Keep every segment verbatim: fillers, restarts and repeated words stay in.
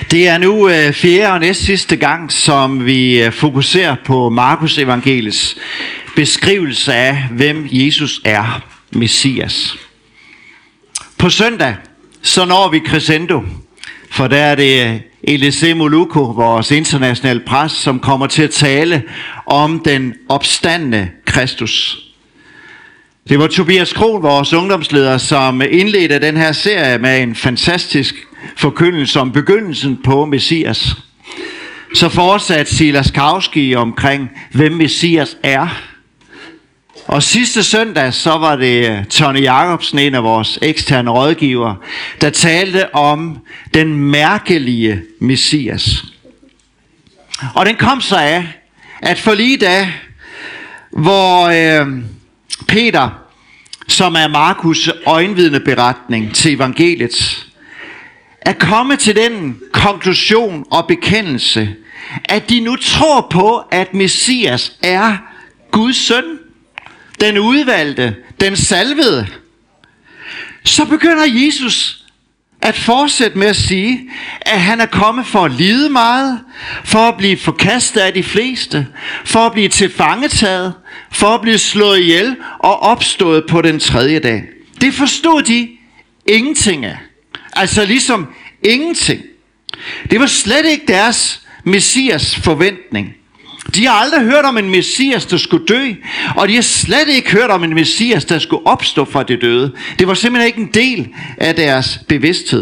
Det er nu øh, fjerde og næst sidste gang, som vi øh, fokuserer på Markus evangeliets beskrivelse af, hvem Jesus er, Messias. På søndag, så når vi crescendo, for der er det Elisée Moluko, vores internationale præst, som kommer til at tale om den opstandne Kristus. Det var Tobias Krohn, vores ungdomsleder, som indledte den her serie med en fantastisk forkyndelse om begyndelsen på Messias. Så fortsatte Silas Kauski omkring, hvem Messias er. Og sidste søndag, så var det Tony Jacobsen, en af vores eksterne rådgivere, der talte om den mærkelige Messias. Og den kom så af, at for lige da, hvor øh, Peter, som er Markus' øjenvidneberetning til evangeliet, er kommet til den konklusion og bekendelse, at de nu tror på, at Messias er Guds søn, den udvalgte, den salvede, så begynder Jesus at fortsætte med at sige, at han er kommet for at lide meget, for at blive forkastet af de fleste, for at blive tilfangetaget, for at blive slået ihjel og opstået på den tredje dag. Det forstod de ingenting af. Altså ligesom ingenting. Det var slet ikke deres Messias forventning. De har aldrig hørt om en Messias, der skulle dø, og de har slet ikke hørt om en Messias, der skulle opstå fra det døde. Det var simpelthen ikke en del af deres bevidsthed.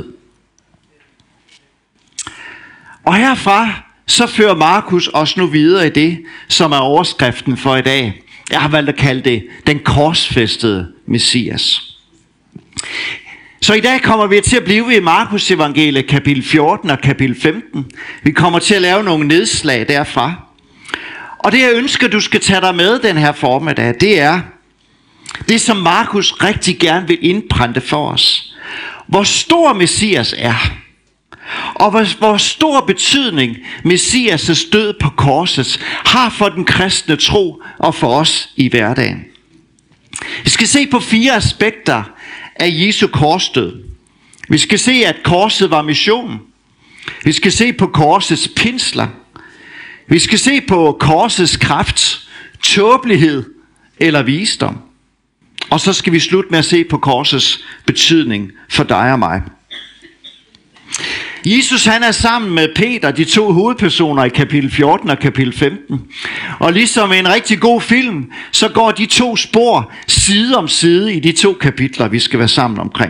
Og herfra så fører Markus os nu videre i det, som er overskriften for i dag. Jeg har valgt at kalde det den korsfæstede Messias. Så i dag kommer vi til at blive i Markus evangeliet kapitel fjorten og kapitel femten. Vi kommer til at lave nogle nedslag derfra. Og det jeg ønsker, du skal tage dig med den her formiddag, det er det, som Markus rigtig gerne vil indprænte for os. Hvor stor Messias er, og hvor, hvor stor betydning Messias' død på korset har for den kristne tro og for os i hverdagen. Vi skal se på fire aspekter af Jesu korsdød. Vi skal se, at korset var mission. Vi skal se på korsets pinsler. Vi skal se på korsets kraft, tåbelighed eller visdom. Og så skal vi slutte med at se på korsets betydning for dig og mig. Jesus han er sammen med Peter, de to hovedpersoner i kapitel fjorten og kapitel femten. Og ligesom en rigtig god film, så går de to spor side om side i de to kapitler, vi skal være sammen omkring.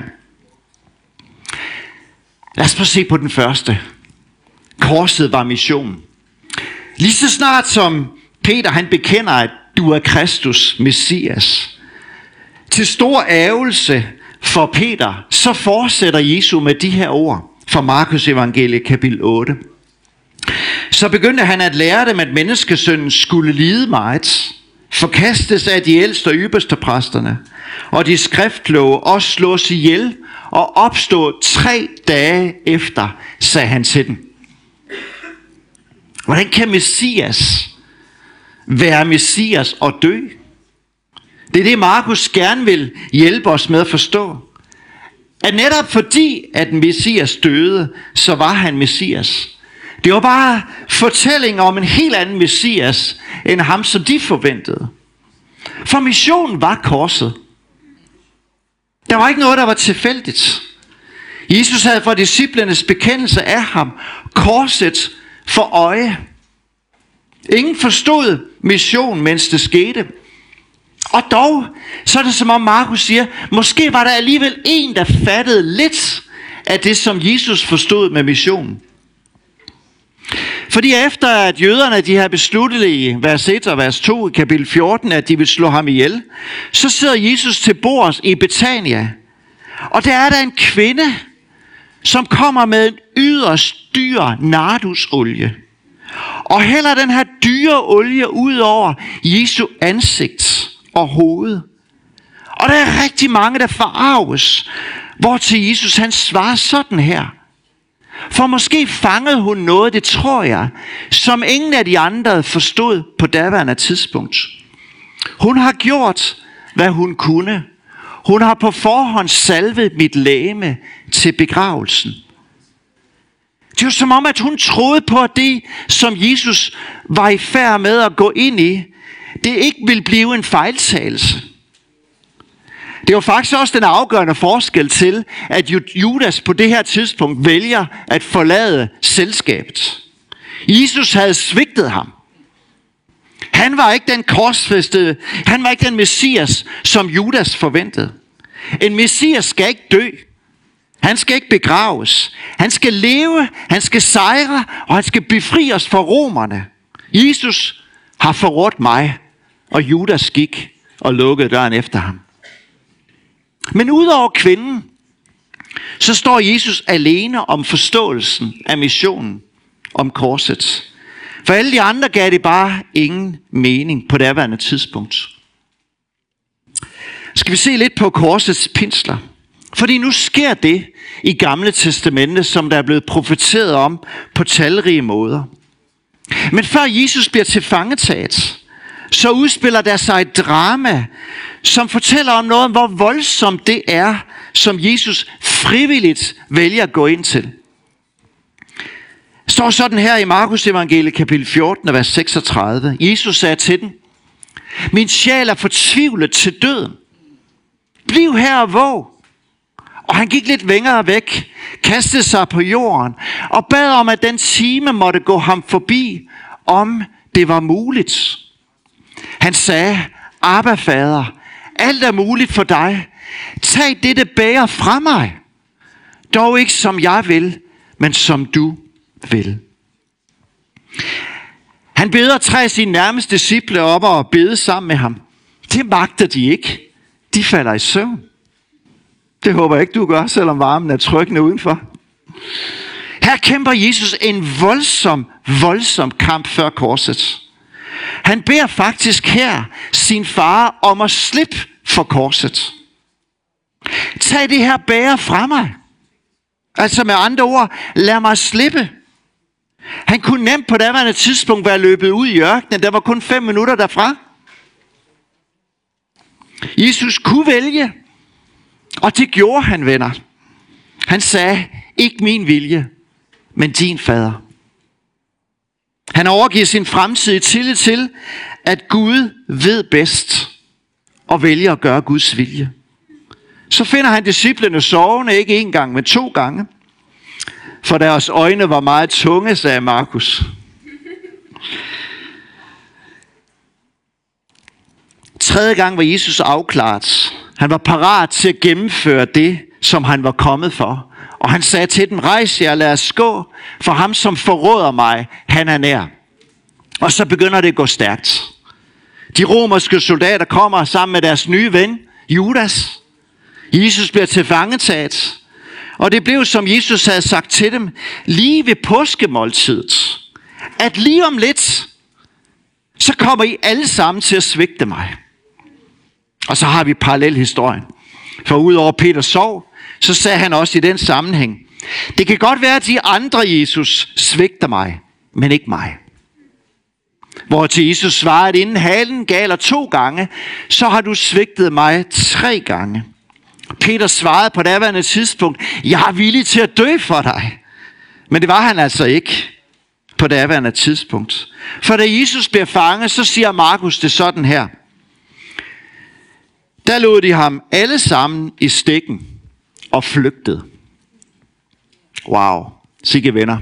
Lad os prøve at se på den første. Korset var mission. Lige så snart som Peter han bekender, at du er Kristus, Messias, til stor ærgelse for Peter, så fortsætter Jesus med de her ord fra Markus evangeliet kapitel otte. Så begyndte han at lære dem, at menneskesønnen skulle lide meget, forkastes af de ældste og ypperste præsterne, og de skriftkloge også slås ihjel og opstå tre dage efter, sagde han til dem. Hvordan kan Messias være Messias og dø? Det er det, Markus gerne vil hjælpe os med at forstå. At netop fordi, at Messias døde, så var han Messias. Det var bare fortælling om en helt anden Messias, end ham, som de forventede. For missionen var korset. Der var ikke noget, der var tilfældigt. Jesus havde fra disciplernes bekendelse af ham korset for øje. Ingen forstod mission, mens det skete. Og dog, så er det som om Markus siger, måske var der alligevel en, der fattede lidt af det, som Jesus forstod med missionen. Fordi efter at jøderne de har besluttet i vers et og vers to i kapitel fjorten, at de vil slå ham ihjel, så sidder Jesus til bords i Betania. Og der er der en kvinde, som kommer med en yderst dyr nardusolie. Og hælder den her dyre olie ud over Jesu ansigt og hoved. Og der er rigtig mange, der forarves, hvor til Jesus han svarer sådan her. For måske fangede hun noget, det tror jeg, som ingen af de andre forstod på daværende tidspunkt. Hun har gjort, hvad hun kunne. Hun har på forhånd salvet mit legeme til begravelsen. Det var som om, at hun troede på, at det, som Jesus var i færd med at gå ind i, det ikke ville blive en fejltagelse. Det var faktisk også den afgørende forskel til, at Judas på det her tidspunkt vælger at forlade selskabet. Jesus havde svigtet ham. Han var ikke den korsfæstede, han var ikke den messias, som Judas forventede. En messias skal ikke dø. Han skal ikke begraves. Han skal leve, han skal sejre, og han skal befri os fra romerne. Jesus har forrådt mig, og Judas gik og lukkede døren efter ham. Men udover kvinden, så står Jesus alene om forståelsen af missionen om korset. For alle de andre gav det bare ingen mening på daværende tidspunkt. Skal vi se lidt på korsets pinsler? Fordi nu sker det i Gamle Testamente, som der er blevet profeteret om på talrige måder. Men før Jesus bliver tilfangetaget, så udspiller der sig et drama, som fortæller om noget om, hvor voldsomt det er, som Jesus frivilligt vælger at gå ind til. Det står sådan her i Markus evangeliet kapitel fjorten, vers seksogtredive. Jesus sagde til den: min sjæl er fortvivlet til døden. Bliv her og våg. Og han gik lidt længere væk, kastede sig på jorden og bad om, at den time måtte gå ham forbi, om det var muligt. Han sagde: Abba, Fader, alt er muligt for dig. Tag dette bæger fra mig. Dog ikke som jeg vil, men som du vil. Han beder tre af sine nærmeste disciple op og bede sammen med ham. Det magter de ikke. De falder i søvn. Det håber jeg ikke, du gør, selvom varmen er trykkende udenfor. Her kæmper Jesus en voldsom, voldsom kamp før korset. Han beder faktisk her sin far om at slippe for korset. Tag det her bæger fra mig. Altså med andre ord, lad mig slippe. Han kunne nemt på daværende tidspunkt være løbet ud i ørkenen. Der var kun fem minutter derfra. Jesus kunne vælge, og det gjorde han, venner. Han sagde: ikke min vilje, men din, Fader. Han overgiver sin fremtid i tillid til, at Gud ved bedst og vælger at gøre Guds vilje. Så finder han disciplene sovende, ikke en gang, men to gange. For deres øjne var meget tunge, sagde Markus. Tredje gang var Jesus afklaret. Han var parat til at gennemføre det, som han var kommet for. Og han sagde til dem: rejs jer, lad os gå, for ham som forråder mig, han er nær. Og så begynder det at gå stærkt. De romerske soldater kommer sammen med deres nye ven, Judas. Jesus bliver tilfangetaget. Og det blev, som Jesus havde sagt til dem, lige ved påskemåltidet, at lige om lidt, så kommer I alle sammen til at svigte mig. Og så har vi parallelhistorien. For udover Peter sov, så sagde han også i den sammenhæng: det kan godt være, at de andre, Jesus, svigter mig, men ikke mig. Hvor til Jesus svarede, at inden halen galer to gange, så har du svigtet mig tre gange. Peter svarede på daværende tidspunkt: jeg er villig til at dø for dig. Men det var han altså ikke på daværende tidspunkt. For da Jesus bliver fanget, så siger Markus det sådan her: der lod de ham alle sammen i stikken og flygtede. Wow, sikke venner.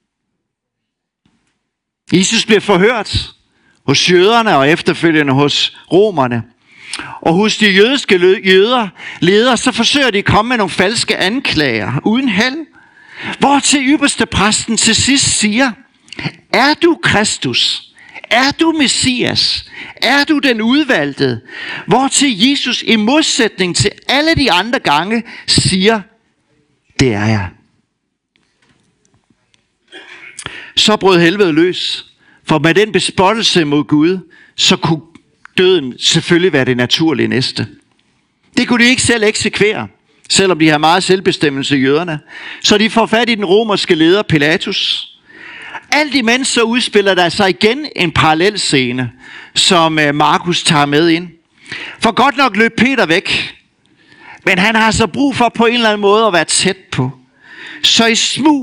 Jesus bliver forhørt hos jøderne og efterfølgende hos romerne. Og hos de jødiske jøder, ledere, så forsøger de at komme med nogle falske anklager uden held. Hvor til ypperste præsten til sidst siger: er du Kristus? Er du Messias? Er du den udvalgte? Hvor til Jesus i modsætning til alle de andre gange siger: det er jeg. Så brød helvede løs. For med den bespottelse mod Gud, så kunne døden selvfølgelig være det naturlige næste. Det kunne de ikke selv eksekvere, selvom de har meget selvbestemmelse, jøderne. Så de får fat i den romerske leder Pilatus. Alt imens så udspiller der sig igen en parallel scene, som Markus tager med ind. For godt nok løb Peter væk, men han har så brug for på en eller anden måde at være tæt på. Så i smug,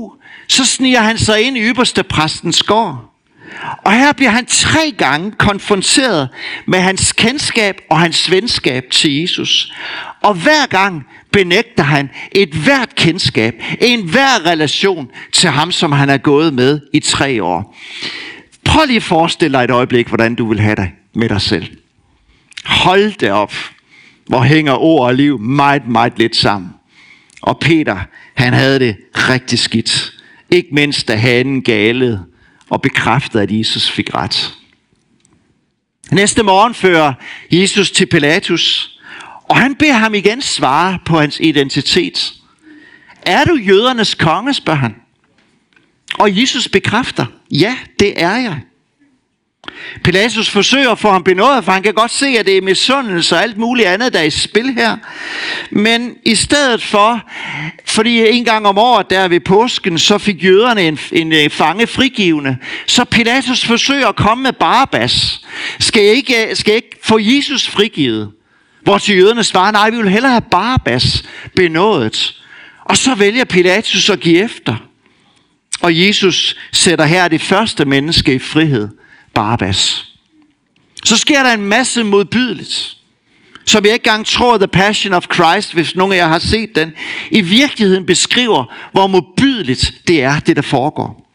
så sniger han sig ind i ypperste præstens gård. Og her bliver han tre gange konfronteret med hans kendskab og hans venskab til Jesus. Og hver gang benægter han et hvert kendskab, en hver relation til ham, som han er gået med i tre år. Prøv lige at forestille dig et øjeblik, hvordan du vil have dig med dig selv. Hold det op, hvor hænger ord og liv meget, meget lidt sammen. Og Peter, han havde det rigtig skidt. Ikke mindst da hanen galede og bekræftede, at Jesus fik ret. Næste morgen fører Jesus til Pilatus, og han beder ham igen svare på hans identitet. Er du jødernes konge, spørger han. Og Jesus bekræfter, ja, det er jeg. Pilatus forsøger at få ham benådet, for han kan godt se, at det er misundelse og alt muligt andet, der er i spil her. Men i stedet for, fordi en gang om året, der ved påsken, så fik jøderne en, en fange frigivende, så Pilatus forsøger at komme med Barabbas. Skal jeg ikke, skal jeg ikke få Jesus frigivet? Hvor til jøderne svarer, nej, vi vil hellere have Barabbas benådet. Og så vælger Pilatus at give efter. Og Jesus sætter her det første menneske i frihed, Barabbas. Så sker der en masse modbydeligt, som jeg ikke engang tror, The Passion of Christ, hvis nogen af jer har set den, i virkeligheden beskriver, hvor modbydeligt det er, det der foregår.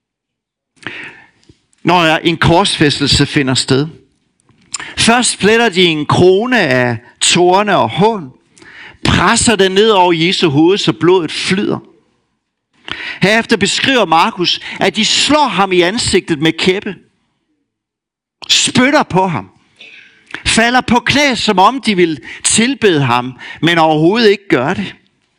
Når en korsfæstelse finder sted. Først fletter de en krone af torne og hån, presser den ned over Jesu hoved, så blodet flyder. Herefter beskriver Markus, at de slår ham i ansigtet med kæppe, spytter på ham, falder på knæ, som om de vil tilbede ham, men overhovedet ikke gør det.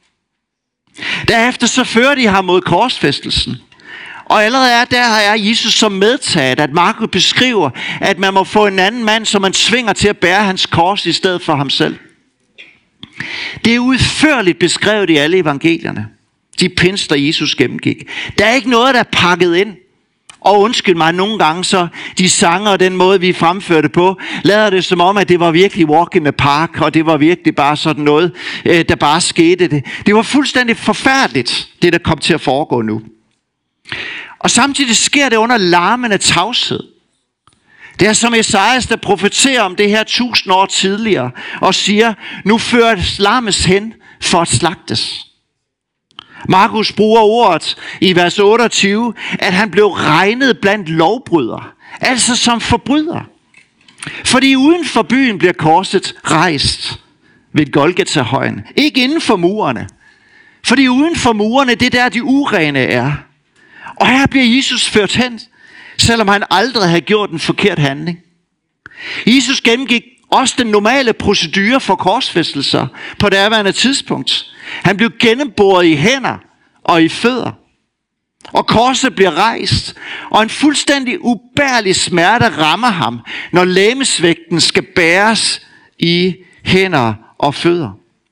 Derefter så fører de ham mod korsfæstelsen. Og allerede er, der er Jesus som medtaget, at Markus beskriver, at man må få en anden mand, som man tvinger til at bære hans kors i stedet for ham selv. Det er udførligt beskrevet i alle evangelierne. De pinsler Jesus gennemgik. Der er ikke noget, der er pakket ind. Og undskyld mig, nogle gange så de sanger og den måde, vi fremførte på, lader det som om, at det var virkelig walk in the park, og det var virkelig bare sådan noget, der bare skete. Det, det var fuldstændig forfærdeligt, det der kom til at foregå nu. Og samtidig sker det under larmende tavshed. Det er som Esajas, der profeterer om det her tusind år tidligere, og siger, nu føres lammes hen for at slagtes. Markus bruger ordet i vers otteogtyve, at han blev regnet blandt lovbrydere, altså som forbryder. Fordi uden for byen bliver korset rejst ved Golgata-højen, ikke inden for murene. Fordi uden for murene, det er der de urene er. Og her bliver Jesus ført hen, selvom han aldrig havde gjort en forkert handling. Jesus gennemgik også den normale procedure for korsfæstelser på det daværende tidspunkt. Han blev gennemboret i hænder og i fødder. Og korset bliver rejst, og en fuldstændig ubærlig smerte rammer ham, når legemsvægten skal bæres i hænder og fødder.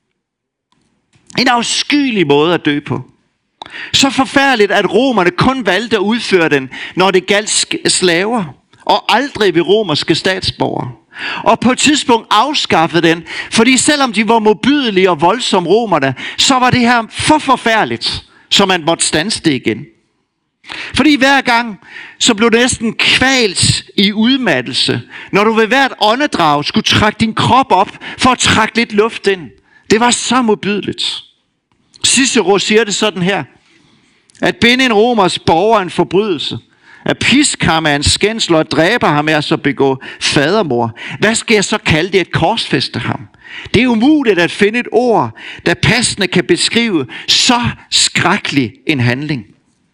En afskyelig måde at dø på. Så forfærdeligt, at romerne kun valgte at udføre den, når det galt slaver, og aldrig ved romerske statsborgere. Og på et tidspunkt afskaffede den, fordi selvom de var modbydelige og voldsomme romerne, så var det her for forfærdeligt, så man måtte standse det igen. Fordi hver gang, så blev det næsten kvalt i udmattelse, når du ved hvert åndedrag skulle trække din krop op, for at trække lidt luft ind. Det var så modbydeligt. Cicero siger det sådan her, at binde en romers borger en forbrydelse, at piske ham er en skændsel, og at dræbe ham er så begå fadermor. Hvad skal jeg så kalde det, at korsfæste ham? Det er umuligt at finde et ord, der passende kan beskrive så skrækkelig en handling.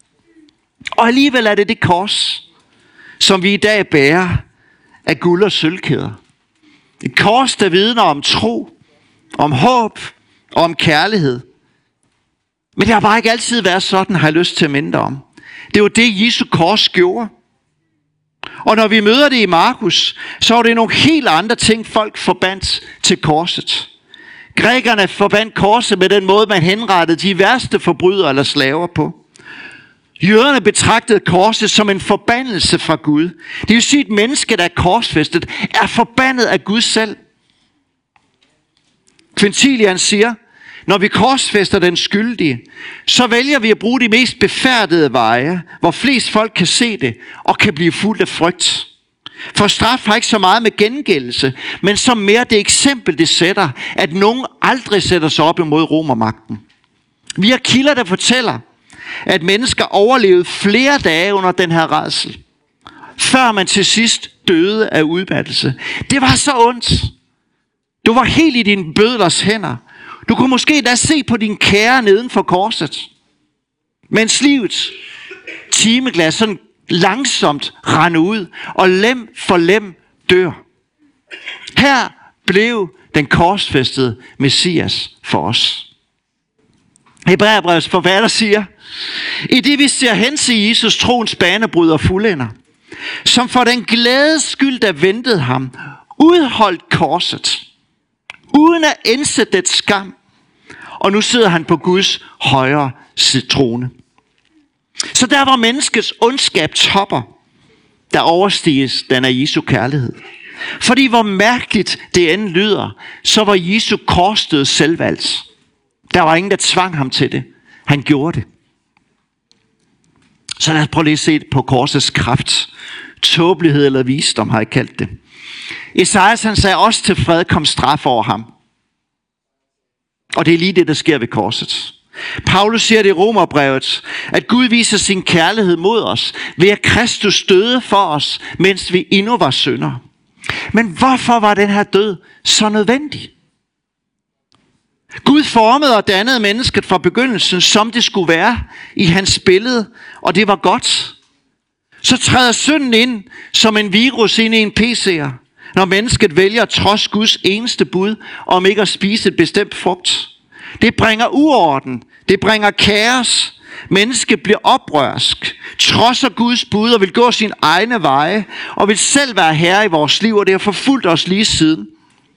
Og alligevel er det det kors, som vi i dag bærer af guld og sølvkæder. Et kors, der vidner om tro, om håb og om kærlighed. Men det har bare ikke altid været sådan, har jeg lyst til at minde om. Det var det, Jesu kors gjorde. Og når vi møder det i Markus, så var det nogle helt andre ting, folk forbandt til korset. Grækerne forbandt korset med den måde, man henrettede de værste forbrydere eller slaver på. Jøderne betragtede korset som en forbandelse fra Gud. Det vil sige, at et menneske, der er korsfæstet, er forbandet af Gud selv. Quintilian siger, Når vi korsfæster den skyldige, så vælger vi at bruge de mest befærdede veje, hvor flest folk kan se det og kan blive fuldt af frygt. For straf har ikke så meget med gengældelse, men som mere det eksempel, det sætter, at nogen aldrig sætter sig op imod romermagten. Vi har kilder, der fortæller, at mennesker overlevede flere dage under den her rædsel, før man til sidst døde af udmattelse. Det var så ondt. Du var helt i dine bødlers hænder. Du kunne måske da se på din kære neden for korset, mens livets timeglas sådan langsomt rende ud, og lem for lem dør. Her blev den korsfæstede Messias for os. Hebræerbrevets forfatter siger, i det vi ser hen til Jesus, troens banebryder fuldender, som for den glædes skyld, der ventede ham, udholdt korset, uden at indsætte det skam, og nu sidder han på Guds højre trone. Så der var menneskets ondskab topper, der overstiges den af Jesu kærlighed. Fordi hvor mærkeligt det end lyder, så var Jesu korsdød selvvalgt. Der var ingen, der tvang ham til det. Han gjorde det. Så lad os prøve lige at se på korsets kraft. Tåbelighed eller visdom har jeg kaldt det. Esajas han sagde også til fred kom straf over ham. Og det er lige det, der sker ved korset. Paulus siger det i Romerbrevet, at Gud viser sin kærlighed mod os, ved at Kristus døde for os, mens vi endnu var syndere. Men hvorfor var den her død så nødvendig? Gud formede og dannede mennesket fra begyndelsen, som det skulle være i hans billede, og det var godt. Så træder synden ind som en virus ind i en P C'er, når mennesket vælger at trodse Guds eneste bud, om ikke at spise et bestemt frugt. Det bringer uorden, det bringer kaos. Mennesket bliver oprørsk, trodser Guds bud og vil gå sin egne veje, og vil selv være herre i vores liv, og det har forfulgt os lige siden.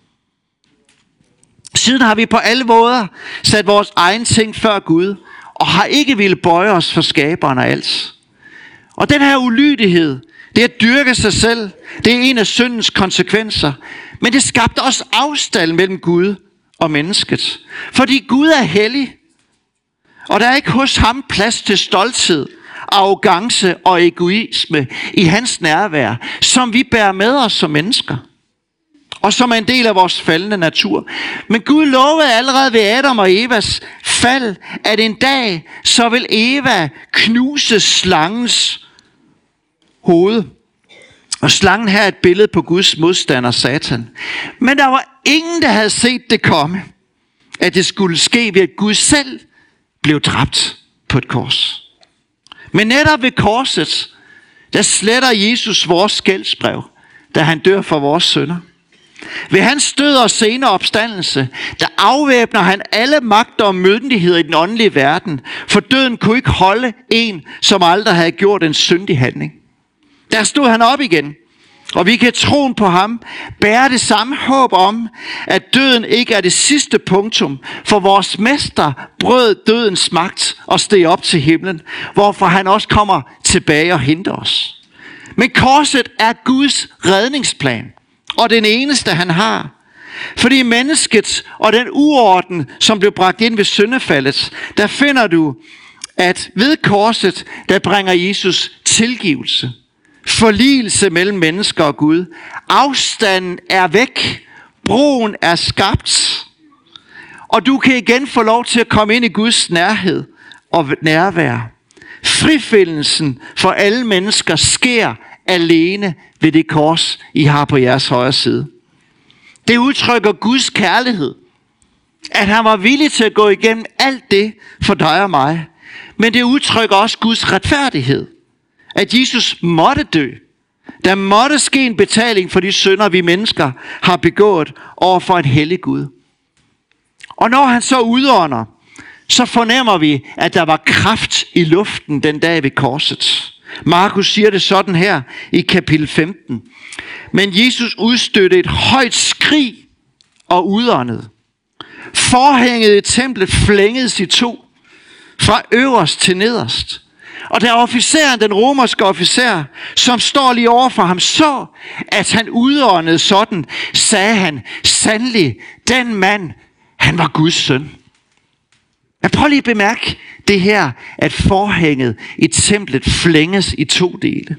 Siden har vi på alle måder sat vores egen ting før Gud, og har ikke ville bøje os for skaberen af alt. Og den her ulydighed, det at dyrke sig selv, det er en af syndens konsekvenser. Men det skabte også afstand mellem Gud og mennesket. Fordi Gud er hellig, og der er ikke hos ham plads til stolthed, arrogance og egoisme i hans nærvær, som vi bærer med os som mennesker. Og som er en del af vores faldende natur. Men Gud lovede allerede ved Adam og Evas fald, at en dag så vil Eva knuse slangens hoved. Og slangen her er et billede på Guds modstander Satan. Men der var ingen, der havde set det komme, at det skulle ske ved, at Gud selv blev dræbt på et kors. Men netop ved korset, der sletter Jesus vores skældsbrev, da han dør for vores synder. Ved hans død og senere opstandelse, der afvæbner han alle magter og myndigheder i den åndelige verden, for døden kunne ikke holde en, som aldrig havde gjort en syndig handling. Der stod han op igen, og vi kan troen på ham bære det samme håb om, at døden ikke er det sidste punktum, for vores mester brød dødens magt og steg op til himlen, hvorfor han også kommer tilbage og henter os. Men korset er Guds redningsplan, og den eneste han har. Fordi mennesket og den uorden, som blev bragt ind ved syndefaldet, der finder du, at ved korset, der bringer Jesus tilgivelse. Forligelse mellem mennesker og Gud. Afstanden er væk. Broen er skabt. Og du kan igen få lov til at komme ind i Guds nærhed og nærvær. Frifindelsen for alle mennesker sker alene ved det kors, I har på jeres højre side. Det udtrykker Guds kærlighed. At han var villig til at gå igennem alt det for dig og mig. Men det udtrykker også Guds retfærdighed. At Jesus måtte dø. Der måtte ske en betaling for de synder, vi mennesker har begået over for en hellig Gud. Og når han så udånder, så fornemmer vi, at der var kraft i luften den dag ved korset. Markus siger det sådan her i kapitel femten. Men Jesus udstødte et højt skrig og udåndede. Forhænget i templet flængedes i to, fra øverst til nederst. Og da officeren, den romerske officer, som står lige over for ham, så, at han udåndede sådan, sagde han, sandelig, den mand, han var Guds søn. Men prøv lige at bemærke det her, at forhænget i templet flænges i to dele.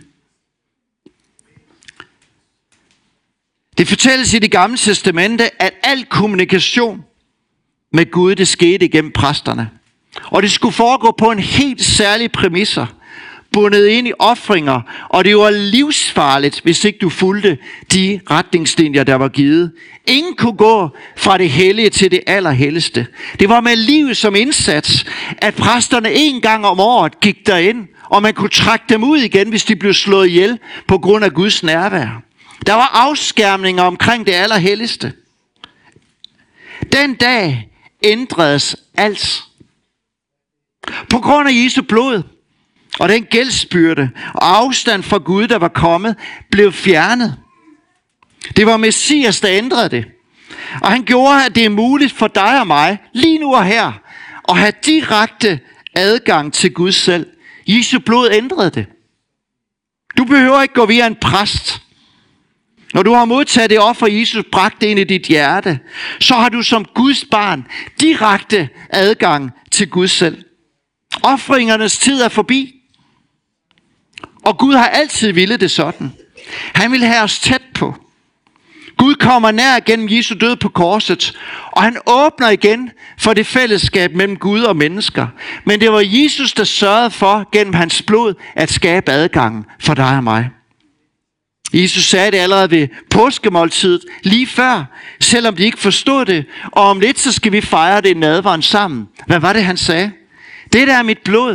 Det fortælles i Det Gamle Testamente, at al kommunikation med Gud, det skete igennem præsterne. Og det skulle foregå på en helt særlig præmisser, bundet ind i ofringer, og det var livsfarligt, hvis ikke du fulgte de retningslinjer, der var givet. Ingen kunne gå fra det hellige til det allerhelligste. Det var med livet som indsats, at præsterne en gang om året gik derind, og man kunne trække dem ud igen, hvis de blev slået ihjel på grund af Guds nærvær. Der var afskærmninger omkring det allerhelligste. Den dag ændredes alt. På grund af Jesu blod, og den gældsbyrde og afstand fra Gud, der var kommet, blev fjernet. Det var Messias, der ændrede det. Og han gjorde, at det er muligt for dig og mig, lige nu og her, at have direkte adgang til Gud selv. Jesu blod ændrede det. Du behøver ikke gå via en præst. Når du har modtaget det offer, Jesus bragte ind i dit hjerte, så har du som Guds barn direkte adgang til Gud selv. Ofringernes tid er forbi. Og Gud har altid ville det sådan. Han vil have os tæt på. Gud kommer nær gennem Jesu død på korset, og han åbner igen for det fællesskab mellem Gud og mennesker. Men det var Jesus, der sørgede for gennem hans blod at skabe adgangen for dig og mig. Jesus sagde det allerede ved påskemåltidet lige før, selvom de ikke forstod det. Og om lidt, så skal vi fejre det i nadveren sammen. Hvad var det, han sagde? Det der er mit blod.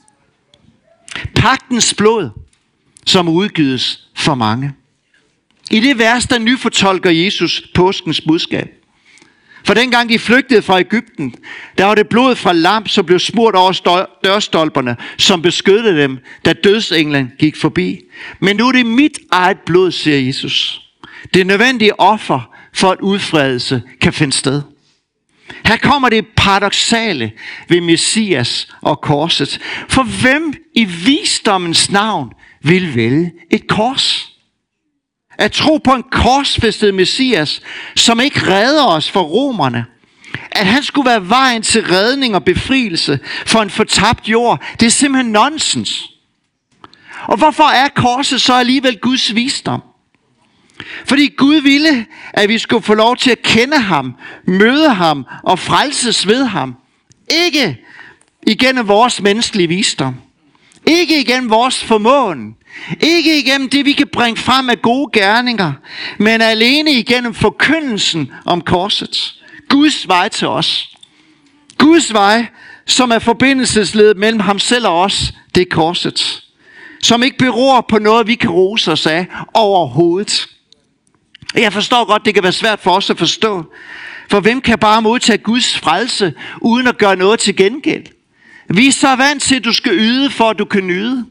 Pagtens blod, som udgives for mange. I det vers, der nyfortolker Jesus påskens budskab. For dengang de flygtede fra Egypten, der var det blod fra lam, som blev smurt over dørstolperne, som beskyttede dem, da dødsenglen gik forbi. Men nu er det mit eget blod, siger Jesus. Det nødvendige offer for at udfredelse kan finde sted. Her kommer det paradoksale ved Messias og korset. For hvem i visdommens navn vil vælge et kors? At tro på en korsfæstet Messias, som ikke redder os for romerne. At han skulle være vejen til redning og befrielse for en fortabt jord, det er simpelthen nonsens. Og hvorfor er korset så alligevel Guds visdom? Fordi Gud ville, at vi skulle få lov til at kende ham, møde ham og frelses ved ham. Ikke igennem vores menneskelige visdom. Ikke igennem vores formåen. Ikke igennem det, vi kan bringe frem af gode gerninger. Men alene igennem forkyndelsen om korset. Guds vej til os. Guds vej, som er forbindelsesledet mellem ham selv og os, det er korset. Som ikke beror på noget, vi kan rose os af overhovedet. Jeg forstår godt, det kan være svært for os at forstå. For hvem kan bare modtage Guds frelse, uden at gøre noget til gengæld? Vi er så vant til, at du skal yde, for at du kan nyde.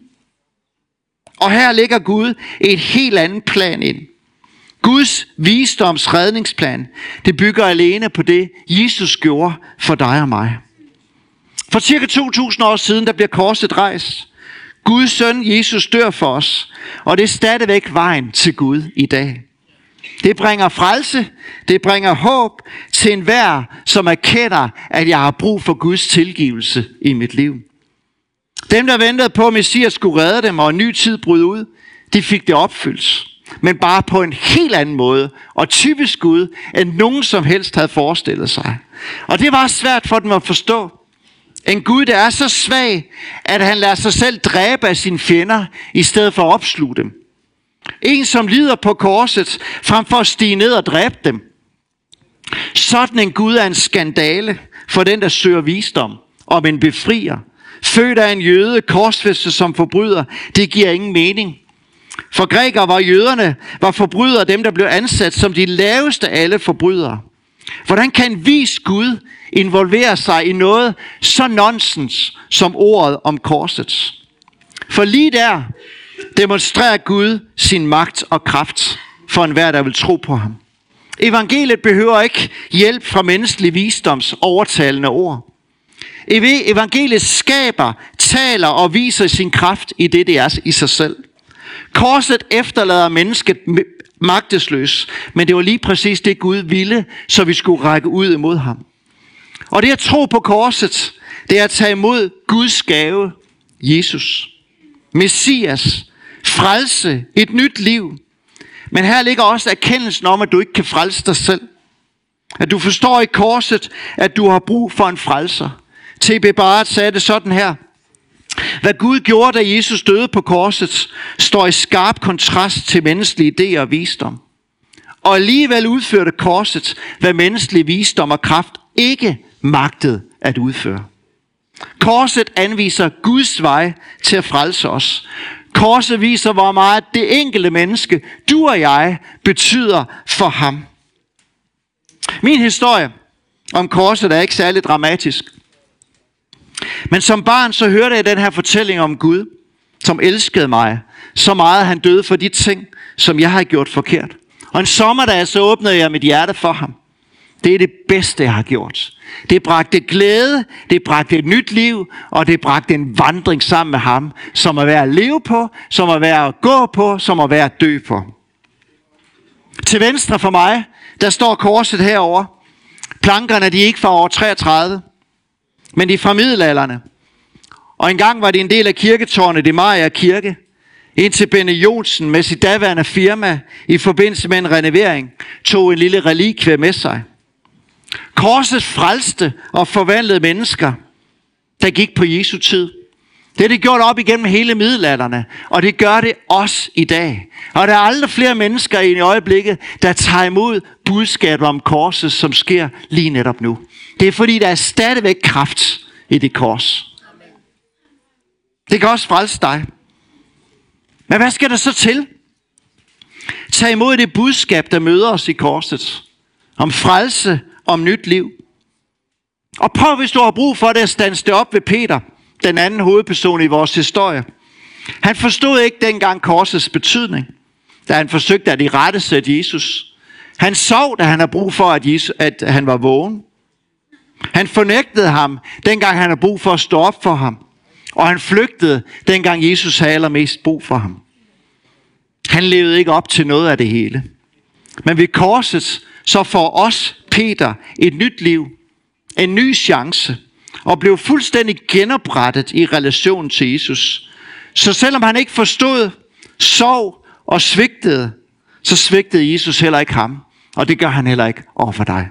Og her ligger Gud et helt andet plan ind. Guds visdoms redningsplan, det bygger alene på det, Jesus gjorde for dig og mig. For cirka to tusind år siden, der bliver korset rejst. Guds søn, Jesus, dør for os. Og det er stadigvæk vejen til Gud i dag. Det bringer frelse, det bringer håb til enhver, som erkender, at jeg har brug for Guds tilgivelse i mit liv. Dem, der ventede på, at Messias skulle redde dem, og en ny tid bryde ud, de fik det opfyldt. Men bare på en helt anden måde, og typisk Gud, end nogen som helst havde forestillet sig. Og det var svært for dem at forstå. En Gud, der er så svag, at han lader sig selv dræbe af sine fjender, i stedet for at opsluge dem. En, som lider på korset, frem for at stige ned og dræbe dem. Sådan en Gud er en skandale for den, der søger visdom om en befrier. Født af en jøde, korsfæstet som forbryder, det giver ingen mening. For grækere var jøderne, var forbrydere dem, der blev ansat som de laveste af alle forbrydere. Hvordan kan en vis Gud involvere sig i noget så nonsens som ordet om korset? For lige der demonstrerer Gud sin magt og kraft for enhver, der vil tro på ham. Evangeliet behøver ikke hjælp fra menneskelig visdoms overtalende ord. Evangeliet skaber, taler og viser sin kraft i det, det er i sig selv. Korset efterlader mennesket magtesløs, men det var lige præcis det, Gud ville, så vi skulle række ud imod ham. Og det at tro på korset, Det er at tage imod Guds gave, Jesus. Messias, frelse, et nyt liv. Men her ligger også erkendelsen om, at du ikke kan frelse dig selv. At du forstår i korset, at du har brug for en frelser. T B Barrett sagde det sådan her. Hvad Gud gjorde, da Jesus døde på korset, står i skarp kontrast til menneskelige idéer og visdom. Og alligevel udførte korset, hvad menneskelig visdom og kraft ikke magtede at udføre. Korset anviser Guds vej til at frelse os. Korset viser, hvor meget det enkelte menneske, du og jeg, betyder for ham. Min historie om korset er ikke særlig dramatisk. Men som barn så hørte jeg den her fortælling om Gud, som elskede mig så meget, han døde for de ting, som jeg har gjort forkert. Og en sommerdag så åbnede jeg mit hjerte for ham. Det er det bedste, jeg har gjort. Det bragte glæde, det bragte et nyt liv, og det bragte en vandring sammen med ham, som er værd at leve på, som er værd at gå på, som er værd at dø på. Til venstre for mig, der står korset herover. Plankerne, de er ikke fra år treogtredive, men de er fra middelalderne. Og engang var det en del af kirketårnet i Mariager Kirke, indtil Benny Jonsen med sit daværende firma i forbindelse med en renovering tog en lille relikvie med sig. Korset frelste og forvandlede mennesker, der gik på Jesu tid. Det er det gjort op igennem hele middelalderne, og det gør det også i dag. Og der er aldrig flere mennesker i øjeblikket, der tager imod budskabet om korset, som sker lige netop nu. Det er fordi, der er stadigvæk kraft i det kors. Det kan også frelse dig. Men hvad skal der så til? Tag imod det budskab, der møder os i korset. Om frelse, om nyt liv. Og prøv, hvis du har brug for det, at stands det op ved Peter, den anden hovedperson i vores historie. Han forstod ikke dengang korsets betydning, da han forsøgte at irettesætte Jesus. Han sov, da han havde brug for, at, Jesus, at han var vågen. Han fornægtede ham, dengang han havde brug for at stå op for ham. Og han flygtede, dengang Jesus havde allermest brug for ham. Han levede ikke op til noget af det hele. Men ved korset, så får os, Peter, et nyt liv, en ny chance, og blev fuldstændig genoprettet i relation til Jesus. Så selvom han ikke forstod, sov og svigtede, så svigtede Jesus heller ikke ham, og det gør han heller ikke over for dig.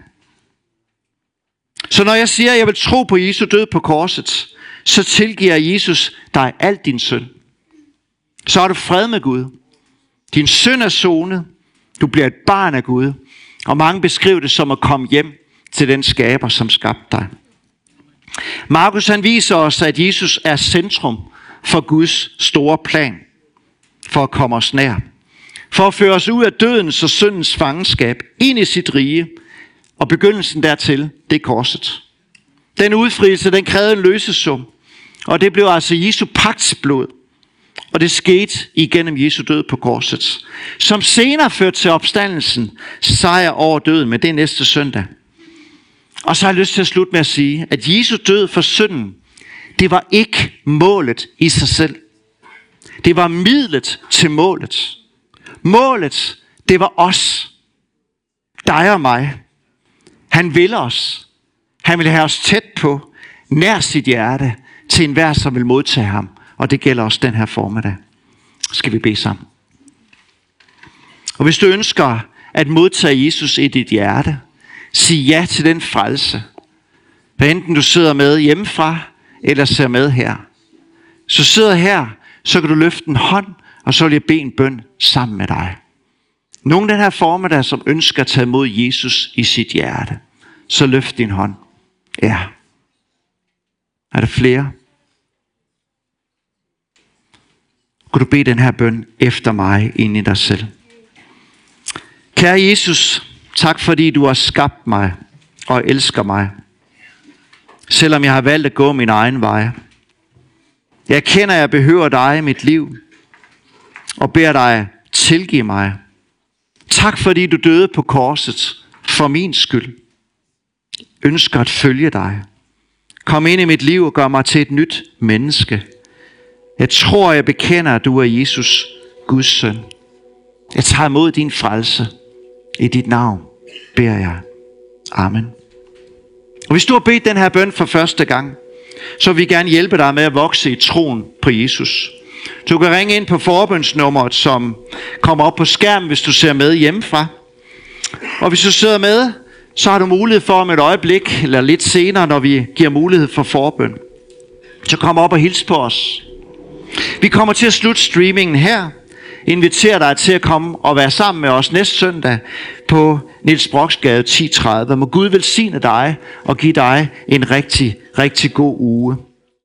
Så når jeg siger, at jeg vil tro på Jesu død på korset, så tilgiver Jesus dig alt din synd. Så har du fred med Gud. Din synd er sonet. Du bliver et barn af Gud. Og mange beskriver det som at komme hjem til den skaber, som skabte dig. Markus han viser os, at Jesus er centrum for Guds store plan. For at komme os nær. For at føre os ud af dødens og syndens fangenskab ind i sit rige. Og begyndelsen dertil, det er korset. Den udfrielse, den krævede en løsesum. Og det blev altså Jesu pagtsblod. Og det skete igennem Jesu død på korset. Som senere førte til opstandelsen, sejr over døden, men det er næste søndag. Og så har jeg lyst til at slutte med at sige, at Jesu død for synden, det var ikke målet i sig selv. Det var midlet til målet. Målet, det var os. Dig og mig. Han ville os. Han vil have os tæt på, nær sit hjerte, til enhver, som vil modtage ham. Og det gælder også den her formiddag. Skal vi bede sammen. Og hvis du ønsker at modtage Jesus i dit hjerte, sig ja til den frelse. Hvad enten du sidder med hjemmefra, eller ser med her. Så sidder her, så kan du løfte en hånd, og så vil jeg bede en bøn sammen med dig. Nogen den her formiddag, som ønsker at tage imod Jesus i sit hjerte, så løft din hånd. Ja. Er der flere? Kunne du bede den her bøn efter mig ind i dig selv? Kære Jesus, tak fordi du har skabt mig og elsker mig. Selvom jeg har valgt at gå min egen vej. Jeg kender, at jeg behøver dig i mit liv. Og beder dig tilgive mig. Tak fordi du døde på korset for min skyld. Ønsker at følge dig. Kom ind i mit liv og gør mig til et nyt menneske. Jeg tror, jeg bekender, at du er Jesus, Guds søn. Jeg tager imod din frelse. I dit navn beder jeg. Amen. Og hvis du har bedt den her bøn for første gang, så vil vi gerne hjælpe dig med at vokse i troen på Jesus. Du kan ringe ind på forbønsnummeret, som kommer op på skærmen, hvis du ser med hjemmefra. Og hvis du sidder med, så har du mulighed for om et øjeblik, eller lidt senere, når vi giver mulighed for forbøn, så kom op og hils på os. Vi kommer til at slutte streamingen her. Inviterer dig til at komme og være sammen med os næste søndag på Niels Broksgade ti tredive. Må Gud velsigne dig og give dig en rigtig, rigtig god uge.